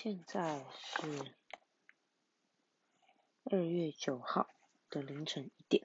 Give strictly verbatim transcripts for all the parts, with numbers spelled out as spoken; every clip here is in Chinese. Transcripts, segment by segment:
现在是二月九号的凌晨一点。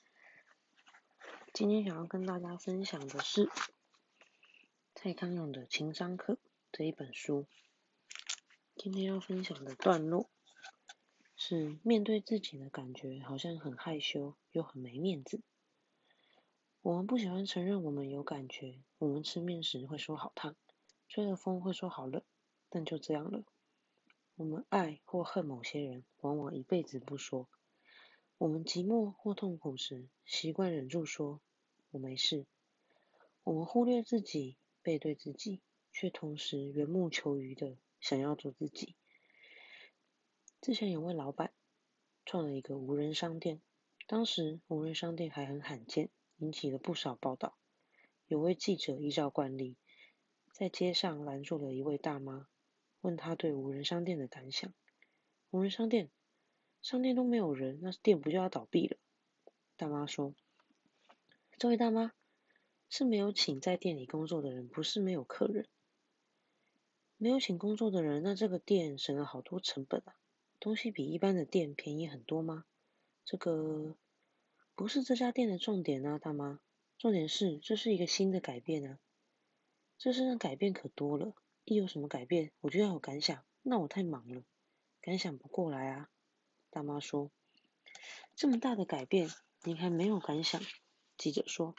今天想要跟大家分享的是蔡康永的《情商课》这一本书。今天要分享的段落是面对自己的感觉好像很害羞又很没面子。我们不喜欢承认我们有感觉，我们吃面时会说好烫，吹了风会说好冷，但就这样了。我们爱或恨某些人，往往一辈子不说。我们寂寞或痛苦时，习惯忍住说我没事。我们忽略自己，背对自己，却同时缘木求鱼的想要做自己。之前有位老板创了一个无人商店，当时无人商店还很罕见，引起了不少报道。有位记者依照惯例，在街上拦住了一位大妈，问她对无人商店的感想。无人商店，商店都没有人，那店不就要倒闭了？大妈说，这位大妈，是没有请在店里工作的人，不是没有客人。没有请工作的人，那这个店省了好多成本啊。东西比一般的店便宜很多吗？这个不是这家店的重点啊，大妈。重点是这是一个新的改变啊。这世上改变可多了，一有什么改变，我就要有感想，那我太忙了，感想不过来啊。大妈说，这么大的改变，您还没有感想？记者说，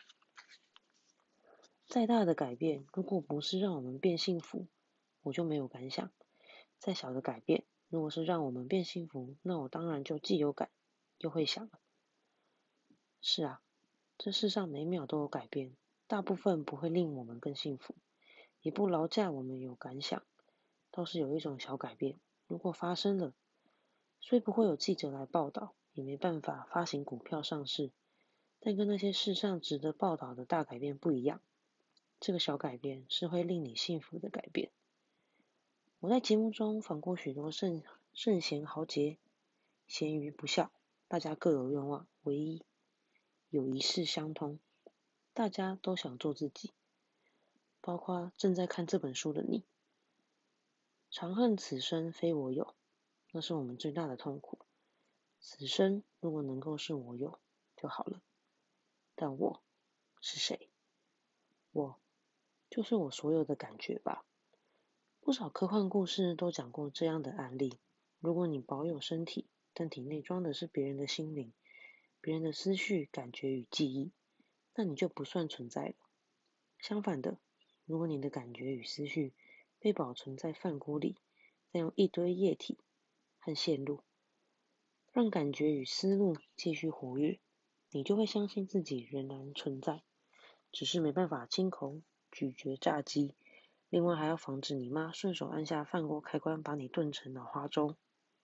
再大的改变，如果不是让我们变幸福，我就没有感想。再小的改变，如果是让我们变幸福，那我当然就既有感，又会想了。是啊，这世上每秒都有改变，大部分不会令我们更幸福，也不劳驾我们有感想。倒是有一种小改变，如果发生了，虽不会有记者来报道，也没办法发行股票上市，但跟那些世上值得报道的大改变不一样。这个小改变是会令你幸福的改变。我在节目中访过许多圣圣贤豪杰，贤愚不肖，大家各有愿望，唯一有一事相通，大家都想做自己，包括正在看这本书的你。常恨此生非我有，那是我们最大的痛苦。此生如果能够是我有就好了，但我是谁？我就是我所有的感觉吧。不少科幻故事都讲过这样的案例。如果你保有身体，但体内装的是别人的心灵，别人的思绪、感觉与记忆，那你就不算存在了。相反的，如果你的感觉与思绪被保存在饭锅里，再用一堆液体和线路，让感觉与思路继续活跃，你就会相信自己仍然存在，只是没办法亲口咀嚼炸鸡。另外还要防止你妈顺手按下饭锅开关，把你炖成脑花粥。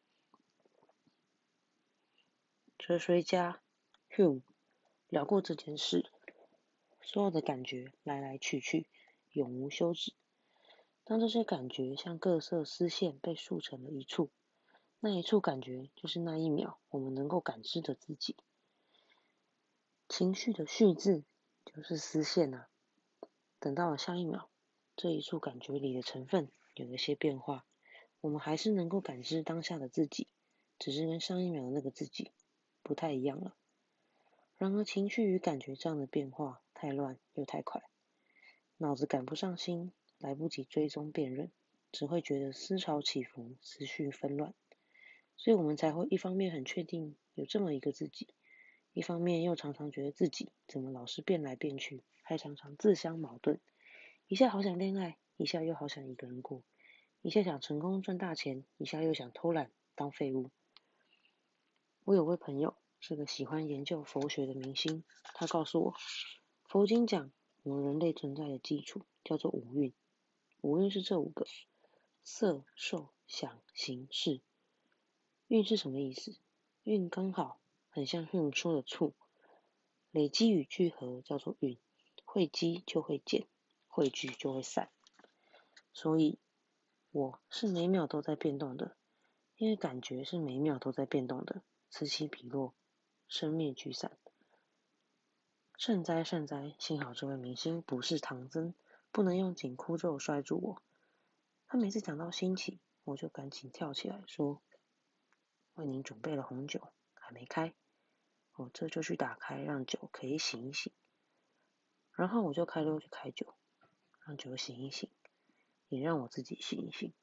哲学家 Hume 聊过这件事，所有的感觉来来去去，永无休止。当这些感觉像各色丝线被束成了一处，那一处感觉就是那一秒我们能够感知的自己。情绪的序字就是丝线啊。等到了下一秒，这一处感觉里的成分有了些变化，我们还是能够感知当下的自己，只是跟上一秒的那个自己不太一样了。然而情绪与感觉这样的变化太乱又太快，脑子赶不上心，来不及追踪辨认，只会觉得思潮起伏，思绪纷乱。所以我们才会一方面很确定有这么一个自己，一方面又常常觉得自己怎么老是变来变去，还常常自相矛盾，一下好想恋爱，一下又好想一个人过，一下想成功赚大钱，一下又想偷懒当废物。我有位朋友是个喜欢研究佛学的明星，他告诉我，佛经讲我们人类存在的基础叫做五蕴，五蕴是这五个：色、受、想、行、识。蕴是什么意思？蕴刚好很像Hume说的醋，累积与聚合叫做蕴，汇积就会减，汇聚就会散。所以我是每秒都在变动的，因为感觉是每秒都在变动的，此起彼落，生灭聚散。善哉善哉，幸好这位明星不是唐僧，不能用紧箍咒拴住我。他每次讲到兴起， 我就赶紧跳起来说：“为您准备了红酒，还没开，我这就去打开，让酒可以醒一醒。”然后我就开溜去开酒，让酒醒一醒，也让我自己醒一醒。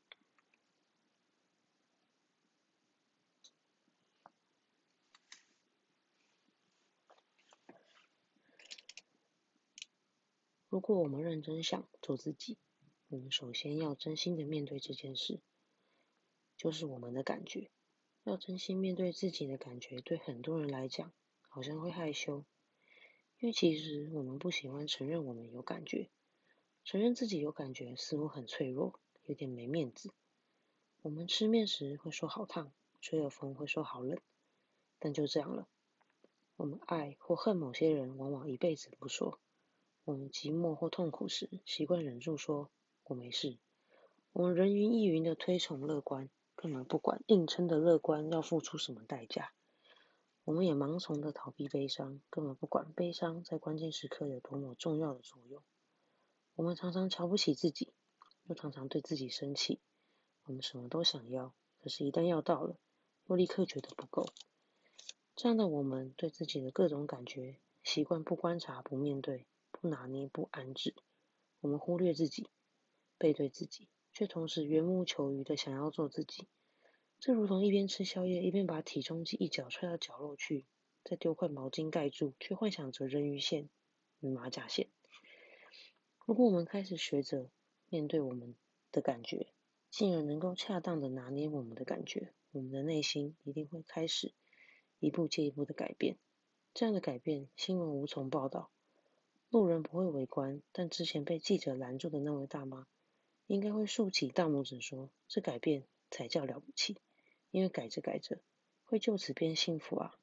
如果我们认真想做自己，我们首先要真心的面对这件事，就是我们的感觉。要真心面对自己的感觉，对很多人来讲好像会害羞，因为其实我们不喜欢承认我们有感觉，承认自己有感觉似乎很脆弱，有点没面子。我们吃面时会说好烫，吹了风会说好冷，但就这样了。我们爱或恨某些人，往往一辈子不说。我们寂寞或痛苦时，习惯忍住说我没事。我们人云亦云的推崇乐观，根本不管硬撑的乐观要付出什么代价。我们也盲从的逃避悲伤，根本不管悲伤在关键时刻有多么重要的作用。我们常常瞧不起自己，又常常对自己生气。我们什么都想要，可是一旦要到了，又立刻觉得不够。这样的我们对自己的各种感觉，习惯不观察、不面对、不拿捏、不安置。我们忽略自己，背对自己，却同时缘木求鱼的想要做自己。这如同一边吃宵夜，一边把体重计一脚踹到角落去，再丢块毛巾盖住，却幻想着人鱼线与马甲线。如果我们开始学着面对我们的感觉，进而能够恰当的拿捏我们的感觉，我们的内心一定会开始一步接一步的改变。这样的改变，新闻无从报道，路人不会围观，但之前被记者拦住的那位大妈，应该会竖起大拇指说：“这改变才叫了不起，因为改着改着，会就此变幸福啊。”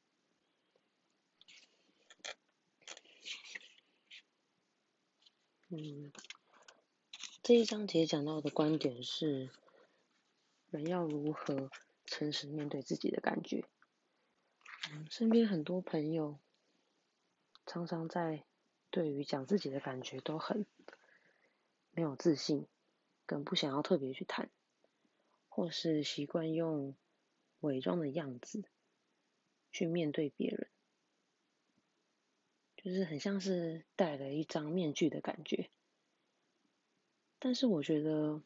嗯，这一章节讲到的观点是，人要如何诚实面对自己的感觉。嗯，身边很多朋友常常在对于讲自己的感觉都很没有自信，更不想要特别去谈，或是习惯用伪装的样子去面对别人，就是很像是戴了一张面具的感觉。但是我觉得，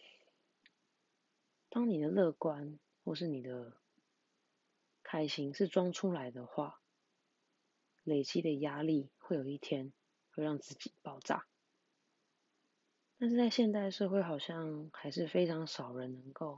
当你的乐观或是你的开心是装出来的话，累积的压力会有一天会让自己爆炸。但是在现代社会，好像还是非常少人能够，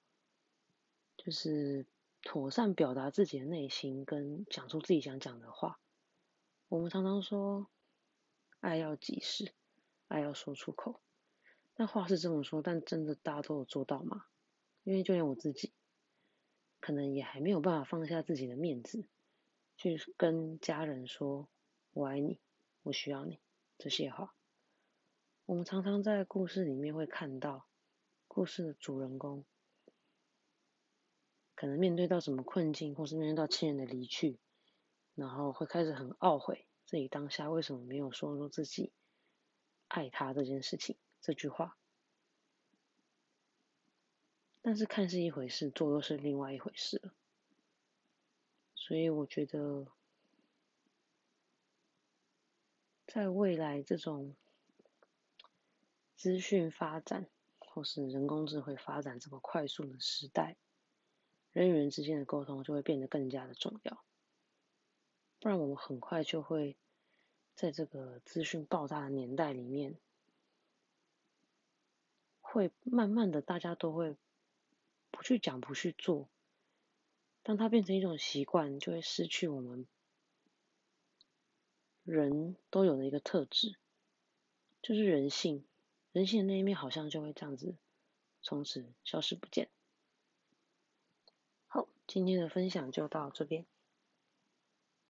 就是妥善表达自己的内心，跟讲出自己想讲的话。我们常常说，爱要及时，爱要说出口。但话是这么说，但真的大家都有做到吗？因为就连我自己，可能也还没有办法放下自己的面子，去跟家人说“我爱你，我需要你”这些话。我们常常在故事里面会看到，故事的主人公可能面对到什么困境，或是面对到亲人的离去，然后会开始很懊悔自己当下为什么没有说出自己爱他这件事情这句话。但是看是一回事，做又是另外一回事了。所以我觉得，在未来这种资讯发展或是人工智慧发展这么快速的时代，人与人之间的沟通就会变得更加的重要。不然我们很快就会在这个资讯爆炸的年代里面，会慢慢的大家都会不去讲不去做。当它变成一种习惯，就会失去我们人都有的一个特质，就是人性。人性的那一面好像就会这样子从此消失不见。好，今天的分享就到这边。